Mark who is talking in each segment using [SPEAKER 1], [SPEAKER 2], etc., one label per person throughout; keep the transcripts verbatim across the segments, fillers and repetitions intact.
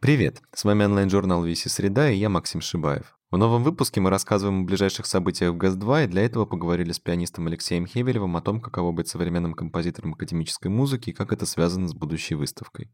[SPEAKER 1] Привет! С вами онлайн-журнал ви си Среда и я Максим Шибаев. В новом выпуске мы рассказываем о ближайших событиях в гэс два, и для этого поговорили с пианистом Алексеем Хевелевым о том, каково быть современным композитором академической музыки и как это связано с будущей выставкой.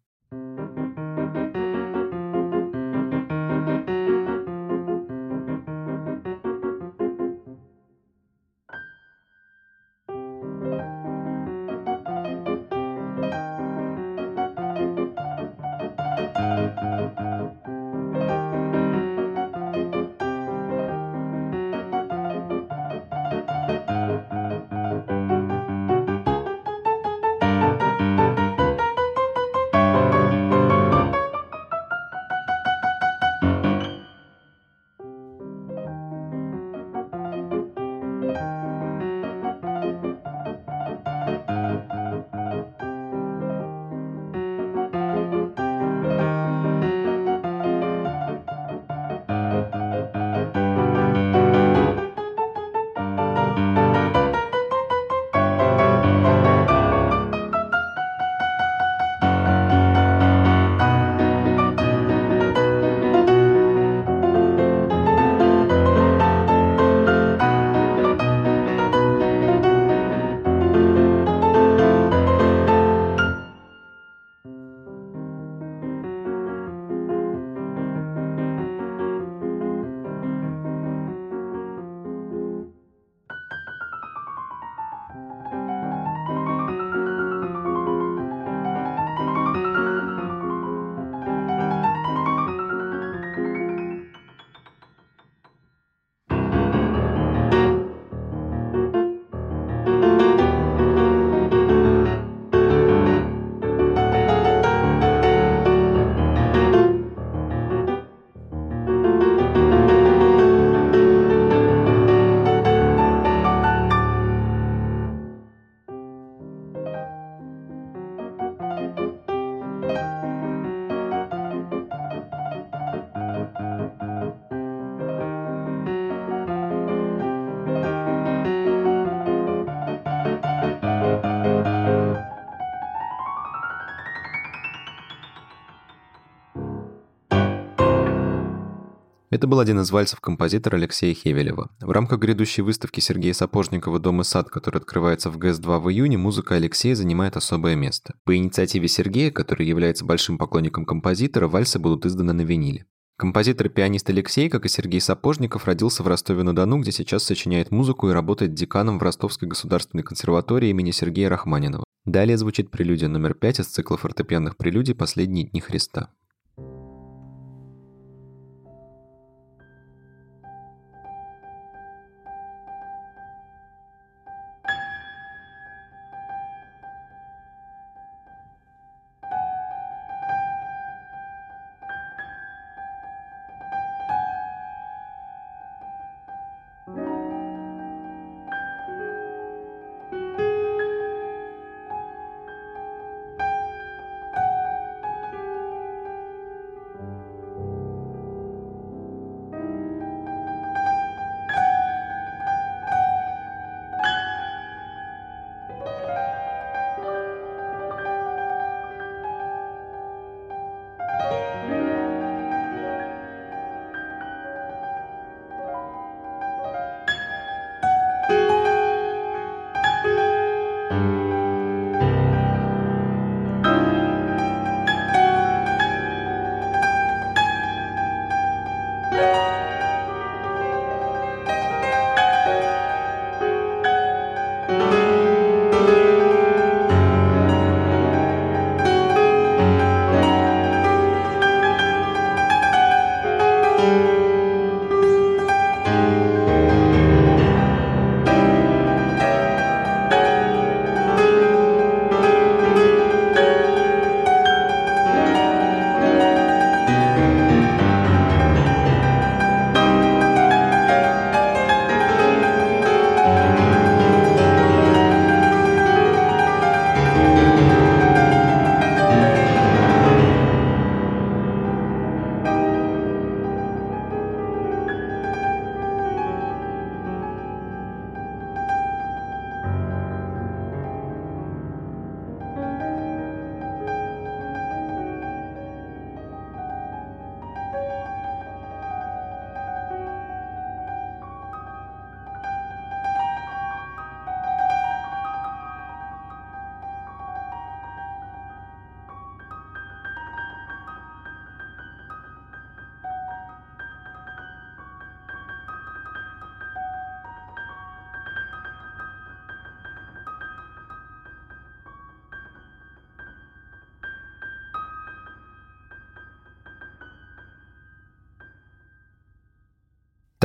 [SPEAKER 1] Это был один из вальсов композитора Алексея Хевелева. В рамках грядущей выставки Сергея Сапожникова «Дом и сад», которая открывается в гэс два в июне, музыка Алексея занимает особое место. По инициативе Сергея, который является большим поклонником композитора, вальсы будут изданы на виниле. Композитор и пианист Алексей, как и Сергей Сапожников, родился в Ростове-на-Дону, где сейчас сочиняет музыку и работает деканом в Ростовской государственной консерватории имени Сергея Рахманинова. Далее звучит прелюдия номер пять из цикла фортепианных прелюдий «Последние дни Христа».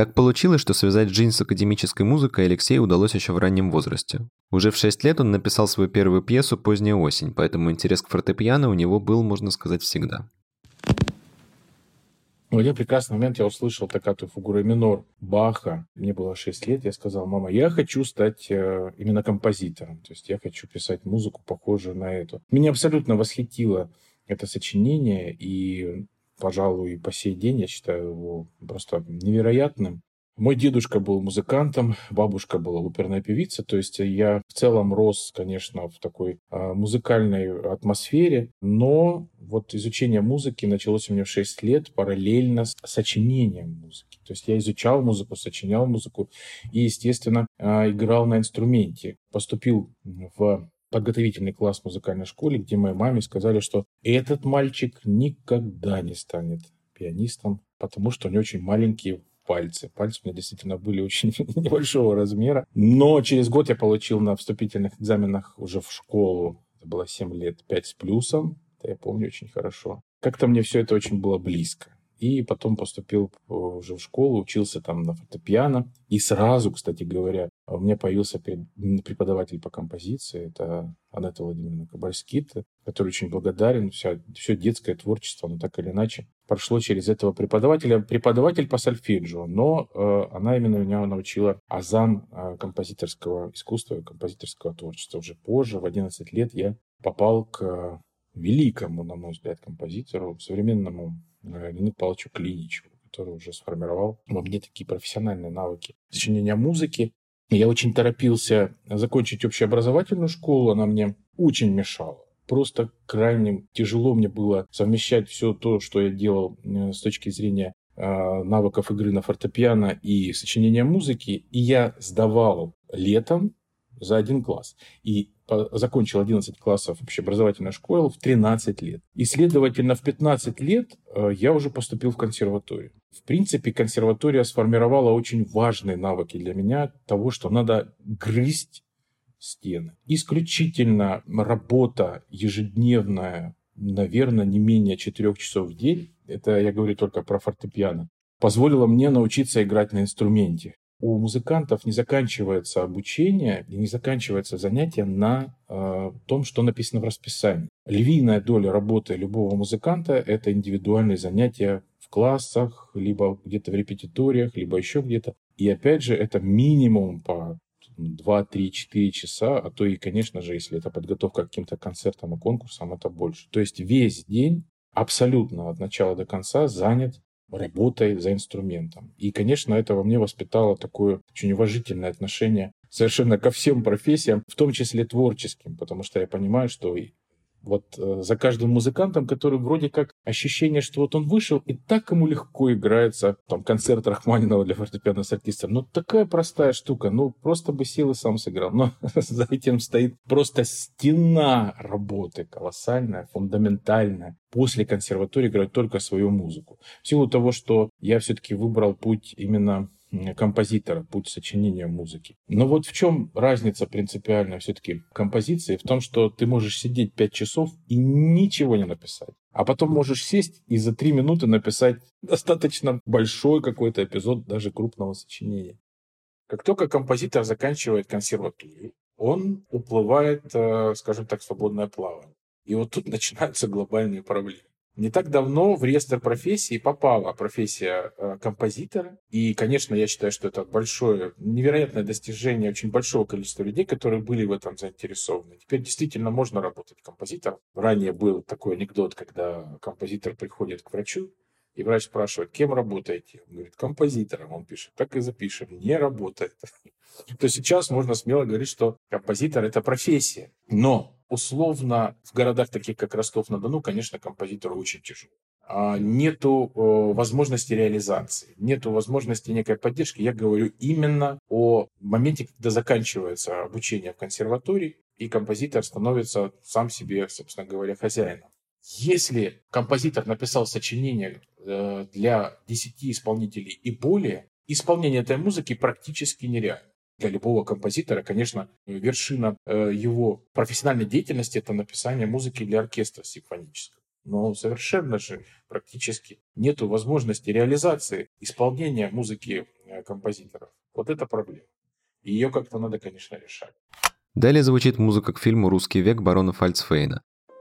[SPEAKER 1] Так получилось, что связать жизнь с академической музыкой Алексею удалось еще в раннем возрасте. Уже в шесть лет он написал свою первую пьесу «Поздняя осень», поэтому интерес к фортепиано у него был, можно сказать, всегда.
[SPEAKER 2] В один прекрасный момент я услышал токкату фугу ре минор Баха. Мне было шесть лет. Я сказал: мама, я хочу стать э, именно композитором. То есть я хочу писать музыку, похожую на эту. Меня абсолютно восхитило это сочинение. И, пожалуй, по сей день я считаю его просто невероятным. Мой дедушка был музыкантом, бабушка была оперная певица, то есть я в целом рос, конечно, в такой а, музыкальной атмосфере, но вот изучение музыки началось у меня в шесть лет параллельно с сочинением музыки. То есть я изучал музыку, сочинял музыку и, естественно, а, играл на инструменте. Поступил в подготовительный класс в музыкальной школе, где моей маме сказали, что этот мальчик никогда не станет пианистом, потому что у него очень маленькие пальцы. Пальцы у меня действительно были очень небольшого размера. Но через год я получил на вступительных экзаменах уже в школу. Это было семь лет, пять с плюсом. Это я помню очень хорошо. Как-то мне все это очень было близко. И потом поступил уже в школу, учился там на фортепиано. И сразу, кстати говоря, у меня появился преподаватель по композиции. Это Анетта Владимировна Кабальскита, который очень благодарен. Все, все детское творчество, но так или иначе, прошло через этого преподавателя. Преподаватель по сольфеджио, но э, она именно меня научила азам э, композиторского искусства и композиторского творчества. Уже позже, в одиннадцать лет, я попал к великому, на мой взгляд, композитору, современному Леониду Павловичу Клиничеву, который уже сформировал во мне такие профессиональные навыки сочинения музыки. Я очень торопился закончить общеобразовательную школу, она мне очень мешала. Просто крайне тяжело мне было совмещать все то, что я делал с точки зрения навыков игры на фортепиано и сочинения музыки. И я сдавал летом за один класс. И закончил одиннадцать классов общеобразовательной школы в тринадцать лет. И, следовательно, в пятнадцать лет я уже поступил в консерваторию. В принципе, консерватория сформировала очень важные навыки для меня того, что надо грызть стены. Исключительно работа ежедневная, наверное, не менее четырех часов в день, это я говорю только про фортепиано, позволила мне научиться играть на инструменте. У музыкантов не заканчивается обучение и не заканчивается занятие на э, том, что написано в расписании. Львиная доля работы любого музыканта – это индивидуальные занятия в классах, либо где-то в репетиториях, либо еще где-то. И опять же, это минимум по два, три, четыре часа, а то и, конечно же, если это подготовка к каким-то концертам и конкурсам, это больше. То есть весь день абсолютно от начала до конца занят работой за инструментом. И, конечно, это во мне воспитало такое очень уважительное отношение совершенно ко всем профессиям, в том числе творческим, потому что я понимаю, что вот э, за каждым музыкантом, который вроде как ощущение, что вот он вышел, и так ему легко играется, там, концерт Рахманинова для фортепиано с оркестром. Ну, такая простая штука, ну, просто бы сел и сам сыграл. Но за этим стоит просто стена работы колоссальная, фундаментальная. После консерватории играть только свою музыку. В силу того, что я все-таки выбрал путь именно композитора, путь сочинения музыки. Но вот в чем разница принципиальная все-таки композиции? В том, что ты можешь сидеть пять часов и ничего не написать. А потом можешь сесть и за три минуты написать достаточно большой какой-то эпизод даже крупного сочинения. Как только композитор заканчивает консерваторию, он уплывает, скажем так, в свободное плавание. И вот тут начинаются глобальные проблемы. Не так давно в реестр профессий попала профессия э, композитора. И, конечно, я считаю, что это большое, невероятное достижение очень большого количества людей, которые были в этом заинтересованы. Теперь действительно можно работать композитором. Ранее был такой анекдот, когда композитор приходит к врачу, и врач спрашивает, кем работаете? Он говорит, композитором. Он пишет, так и запишем, не работает. То сейчас можно смело говорить, что композитор – это профессия. Но условно в городах, таких как Ростов-на-Дону, конечно, композитору очень тяжело. А нету э, возможности реализации, нету возможности некой поддержки. Я говорю именно о моменте, когда заканчивается обучение в консерватории, и композитор становится сам себе, собственно говоря, хозяином. Если композитор написал сочинение э, для десяти исполнителей и более, исполнение этой музыки практически нереально. Для любого композитора, конечно, вершина э, его профессиональной деятельности – это написание музыки для оркестра симфонического. Но совершенно же практически нет возможности реализации исполнения музыки композиторов. Вот это проблема. И ее как-то надо, конечно, решать.
[SPEAKER 1] Далее звучит музыка к фильму «Русский век» барона Фальцфейна.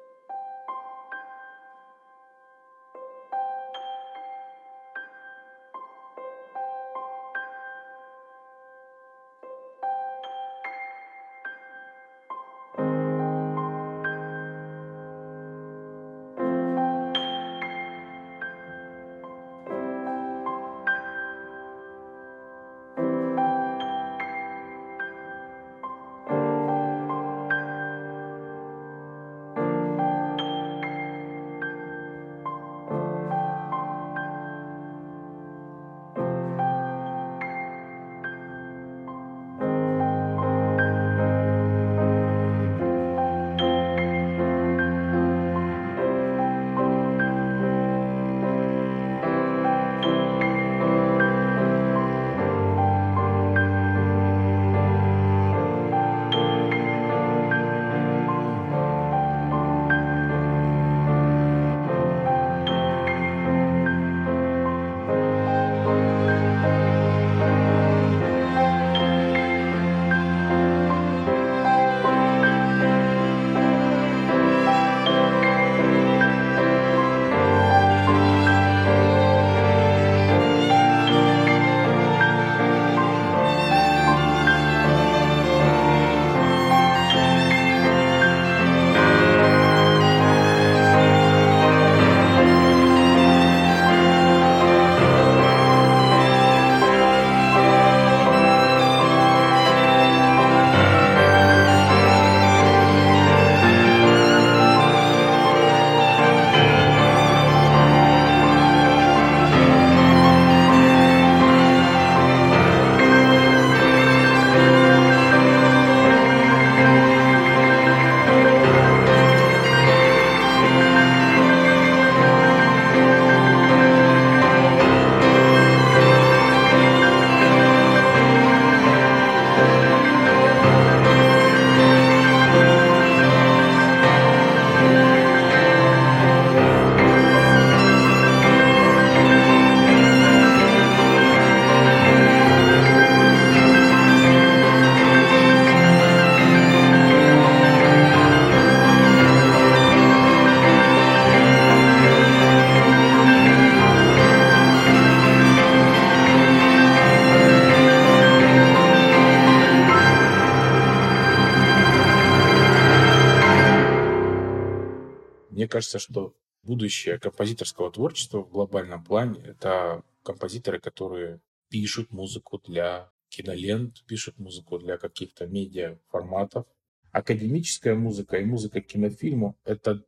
[SPEAKER 2] Мне кажется, что будущее композиторского творчества в глобальном плане – это композиторы, которые пишут музыку для кинолент, пишут музыку для каких-то медиаформатов. Академическая музыка и музыка к кинофильму – это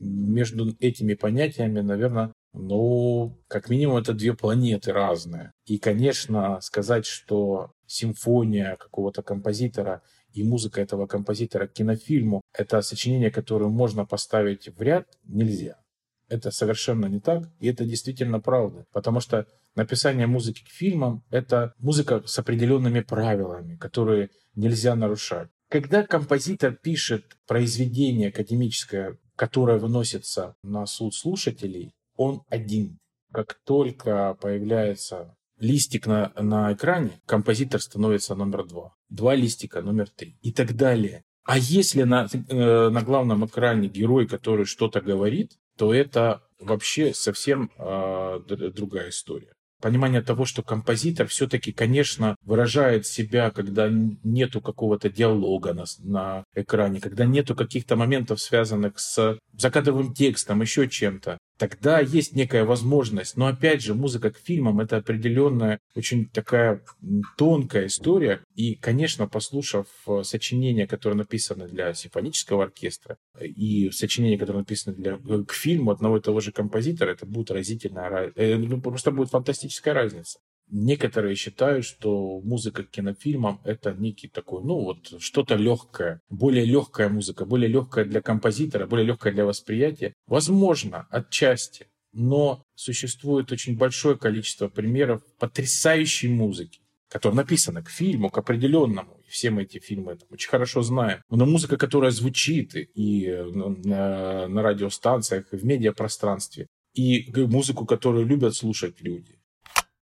[SPEAKER 2] между этими понятиями, наверное, ну, как минимум, это две планеты разные. И, конечно, сказать, что симфония какого-то композитора и музыка этого композитора к кинофильму – это сочинение, которое можно поставить в ряд, нельзя. Это совершенно не так, и это действительно правда. Потому что написание музыки к фильмам – это музыка с определенными правилами, которые нельзя нарушать. Когда композитор пишет произведение академическое, которое выносится на суд слушателей, он один. Как только появляется листик на, на экране, композитор становится номер два. Два листика номер три. И так далее. А если на, э, на главном экране герой, который что-то говорит, то это вообще совсем э, другая история. Понимание того, что композитор все-таки, конечно, выражает себя, когда нету какого-то диалога на, на экране, когда нету каких-то моментов, связанных с закадровым текстом, еще чем-то. Тогда есть некая возможность. Но опять же, музыка к фильмам – это определенная, очень такая тонкая история. И, конечно, послушав сочинения, которые написаны для симфонического оркестра, и сочинения, которые написаны для, к фильму одного и того же композитора, это будет разительная, просто будет фантастическая разница. Некоторые считают, что музыка к кинофильмам – это некий такой, ну вот, что-то легкое, более легкая музыка, более легкая для композитора, более легкая для восприятия. Возможно, отчасти, но существует очень большое количество примеров потрясающей музыки, которая написана к фильму, к определенному. И все мы эти фильмы там очень хорошо знаем. Но музыка, которая звучит и на, на радиостанциях, и в медиапространстве, и музыку, которую любят слушать люди.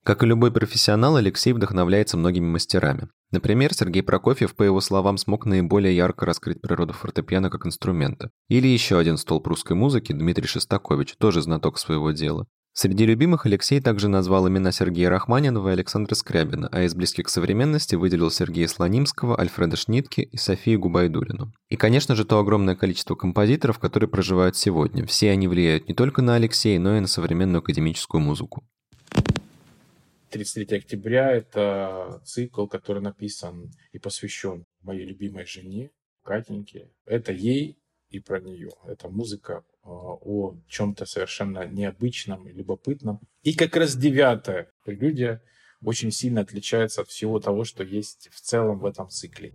[SPEAKER 1] Как и любой профессионал, Алексей вдохновляется многими мастерами. Например, Сергей Прокофьев, по его словам, смог наиболее ярко раскрыть природу фортепиано как инструмента. Или еще один столб русской музыки, Дмитрий Шостакович, тоже знаток своего дела. Среди любимых Алексей также назвал имена Сергея Рахманинова и Александра Скрябина, а из близких к современности выделил Сергея Слонимского, Альфреда Шнитке и Софию Губайдуллину. И, конечно же, то огромное количество композиторов, которые проживают сегодня. Все они влияют не только на Алексея, но и на современную академическую музыку.
[SPEAKER 2] тридцать третьего октября – это цикл, который написан и посвящен моей любимой жене, Катеньке. Это ей и про нее. Это музыка о чем-то совершенно необычном и любопытном. И как раз девятая прелюдия очень сильно отличается от всего того, что есть в целом в этом цикле.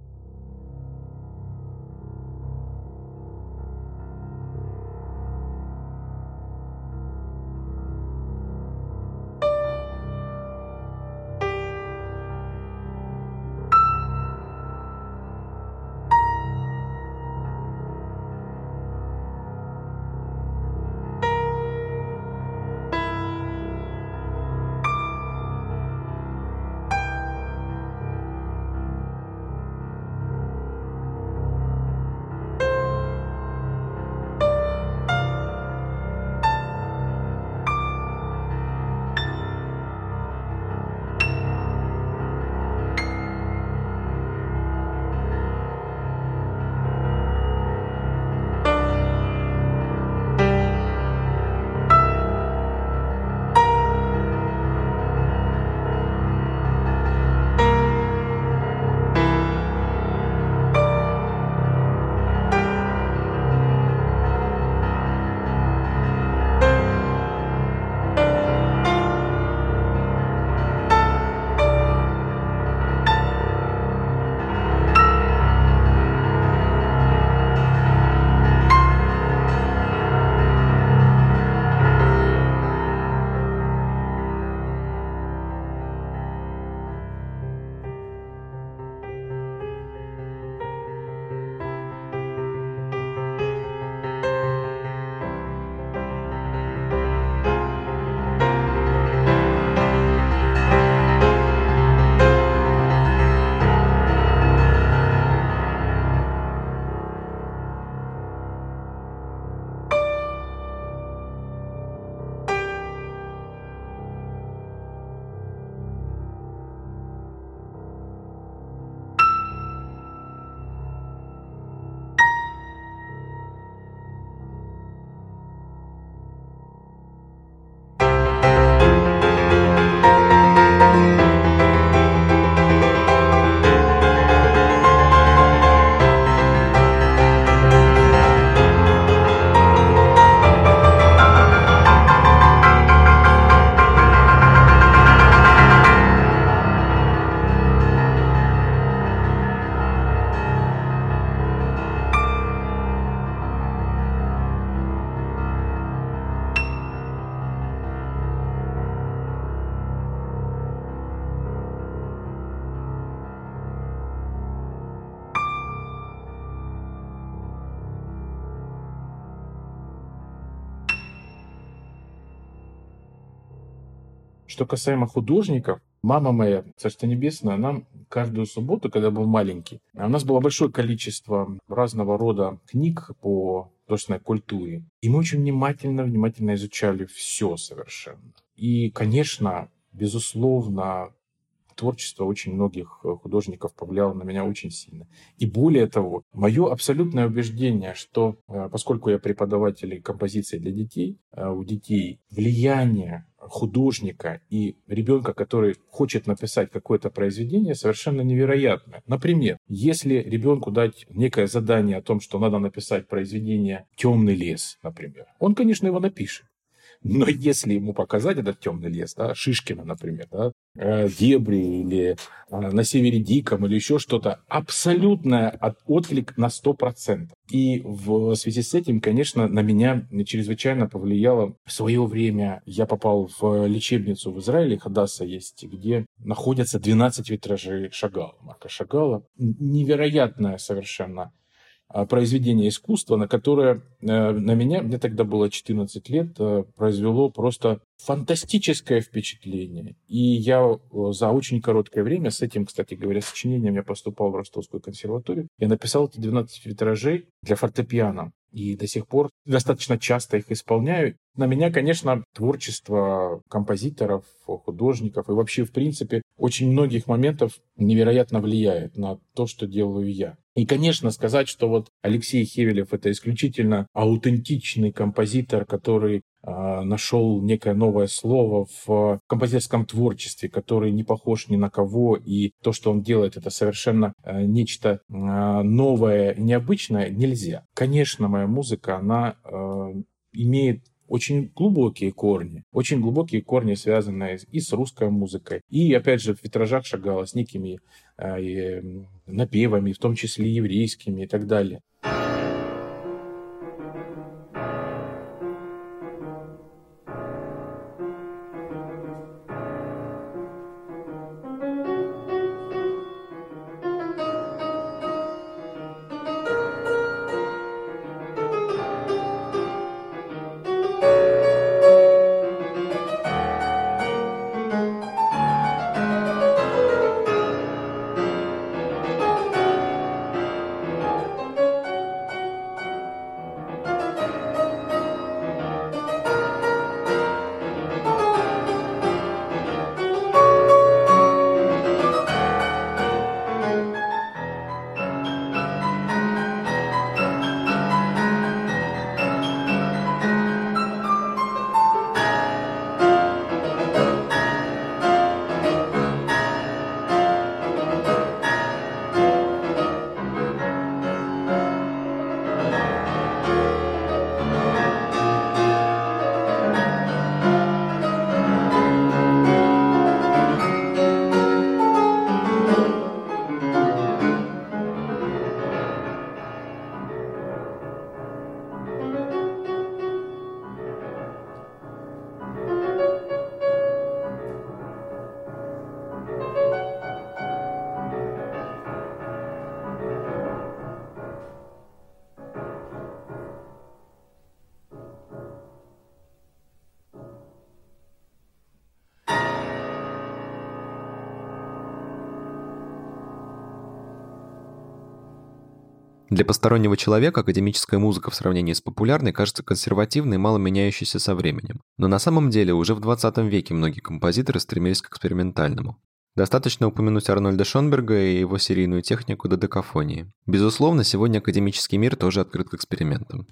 [SPEAKER 2] Что касаемо художников, мама моя, Царство Небесное, она каждую субботу, когда был маленький, у нас было большое количество разного рода книг по художественной культуре. И мы очень внимательно, внимательно изучали все совершенно. И, конечно, безусловно, творчество очень многих художников повлияло на меня очень сильно. И более того, мое абсолютное убеждение, что поскольку я преподаватель композиции для детей, у детей влияние художника и ребенка, который хочет написать какое-то произведение, совершенно невероятное. Например, если ребенку дать некое задание о том, что надо написать произведение «Темный лес», например, он, конечно, его напишет. Но если ему показать этот темный лес, да, Шишкина, например, да, э, Дебри или э, на севере Диком или еще что-то, абсолютный отклик на сто процентов. И в связи с этим, конечно, на меня чрезвычайно повлияло в свое время. Я попал в лечебницу в Израиле, Хадаса есть, где находятся двенадцать витражей Шагала, Марка Шагала. Невероятная совершенно произведение искусства, на которое на меня, мне тогда было четырнадцать лет, произвело просто фантастическое впечатление. И я за очень короткое время с этим, кстати говоря, сочинением я поступал в Ростовскую консерваторию. Я написал эти двенадцать витражей для фортепиано. И до сих пор достаточно часто их исполняю. На меня, конечно, творчество композиторов, художников и вообще, в принципе, очень многих моментов невероятно влияет на то, что делаю я. И, конечно, сказать, что вот Алексей Хевелев — это исключительно аутентичный композитор, который э, нашел некое новое слово в композиторском творчестве, который не похож ни на кого, и то, что он делает, это совершенно э, нечто э, новое и необычное, нельзя. Конечно, моя музыка, она э, имеет очень глубокие корни, очень глубокие корни, связанные и с русской музыкой, и, опять же, в витражах Шагала с некими э, напевами, в том числе еврейскими и так далее.
[SPEAKER 1] Для постороннего человека академическая музыка в сравнении с популярной кажется консервативной и мало меняющейся со временем. Но на самом деле уже в двадцатом веке многие композиторы стремились к экспериментальному. Достаточно упомянуть Арнольда Шонберга и его серийную технику додекафонии. Безусловно, сегодня академический мир тоже открыт к экспериментам.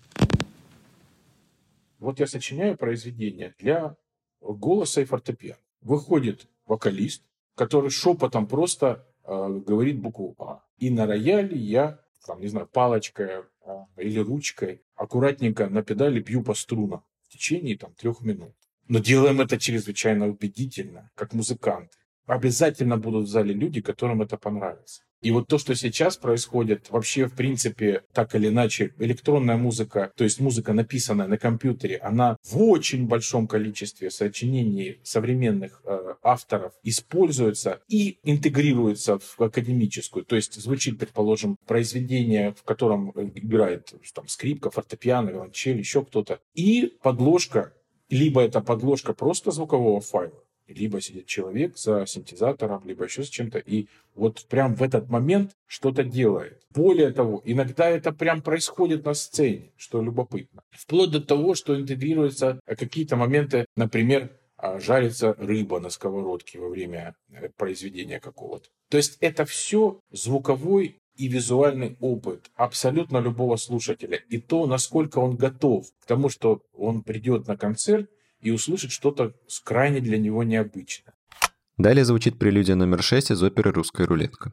[SPEAKER 2] Вот я сочиняю произведение для голоса и фортепиано. Выходит вокалист, который шепотом просто э, говорит букву А. И на рояле я, там, не знаю, палочкой э, или ручкой аккуратненько на педали бью по струнам в течение там, трех минут. Но делаем это чрезвычайно убедительно, как музыканты. Обязательно будут в зале люди, которым это понравится. И вот то, что сейчас происходит, вообще, в принципе, так или иначе, электронная музыка, то есть музыка, написанная на компьютере, она в очень большом количестве сочинений современных э, авторов используется и интегрируется в академическую. То есть звучит, предположим, произведение, в котором играет там, скрипка, фортепиано, виолончель, еще кто-то. И подложка, либо это подложка просто звукового файла, либо сидит человек за синтезатором, либо еще с чем-то, и вот прям в этот момент что-то делает. Более того, иногда это прям происходит на сцене, что любопытно. Вплоть до того, что интегрируются какие-то моменты, например, жарится рыба на сковородке во время произведения какого-то. То есть это все звуковой и визуальный опыт абсолютно любого слушателя. И то, насколько он готов к тому, что он придет на концерт и услышит что-то крайне для него необычное.
[SPEAKER 1] Далее звучит прелюдия номер шесть из оперы «Русская рулетка».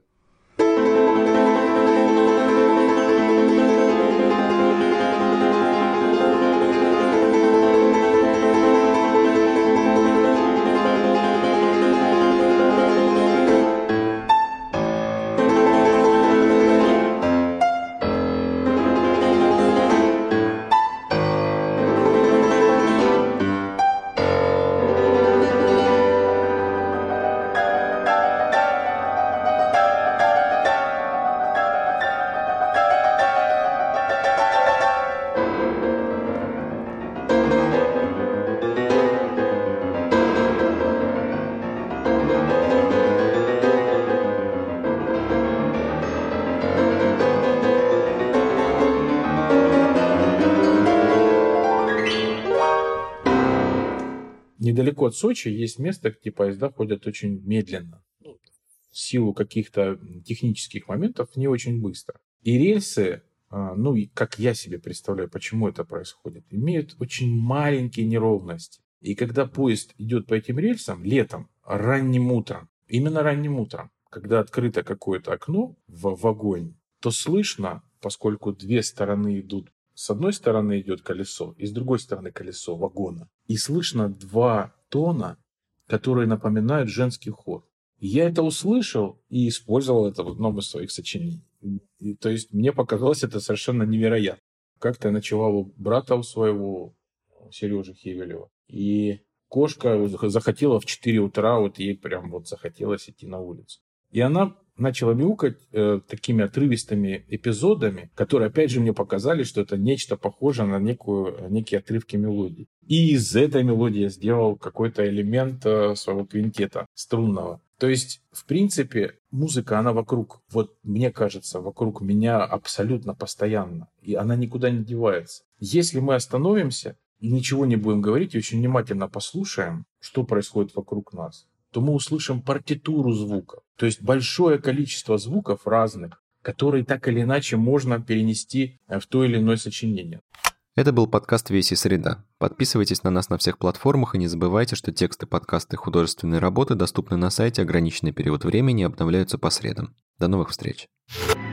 [SPEAKER 2] недалеко от Сочи есть место, где поезда ходят очень медленно. Ну, в силу каких-то технических моментов не очень быстро. И рельсы, ну, и как я себе представляю, почему это происходит, имеют очень маленькие неровности. И когда поезд идет по этим рельсам летом, ранним утром, именно ранним утром, когда открыто какое-то окно в вагоне, то слышно, поскольку две стороны идут, с одной стороны идет колесо, и с другой стороны колесо вагона. И слышно два тона, которые напоминают женский хор. И я это услышал и использовал это в одном из своих сочинений. И, то есть мне показалось это совершенно невероятно. Как-то я ночевал у брата у своего, Сережи Хевелева, и кошка захотела в четыре утра, вот ей прям вот захотелось идти на улицу. И она начала мяукать э, такими отрывистыми эпизодами, которые, опять же, мне показали, что это нечто похожее на некую, некие отрывки мелодии. И из этой мелодии я сделал какой-то элемент э, своего квинтета струнного. То есть, в принципе, музыка, она вокруг, вот мне кажется, вокруг меня абсолютно постоянно. И она никуда не девается. Если мы остановимся и ничего не будем говорить, и очень внимательно послушаем, что происходит вокруг нас, то мы услышим партитуру звуков. То есть большое количество звуков разных, которые так или иначе можно перенести в то или иное сочинение.
[SPEAKER 1] Это был подкаст «Веси среда». Подписывайтесь на нас на всех платформах и не забывайте, что тексты подкаста и художественные работы доступны на сайте ограниченный период времени и обновляются по средам. До новых встреч!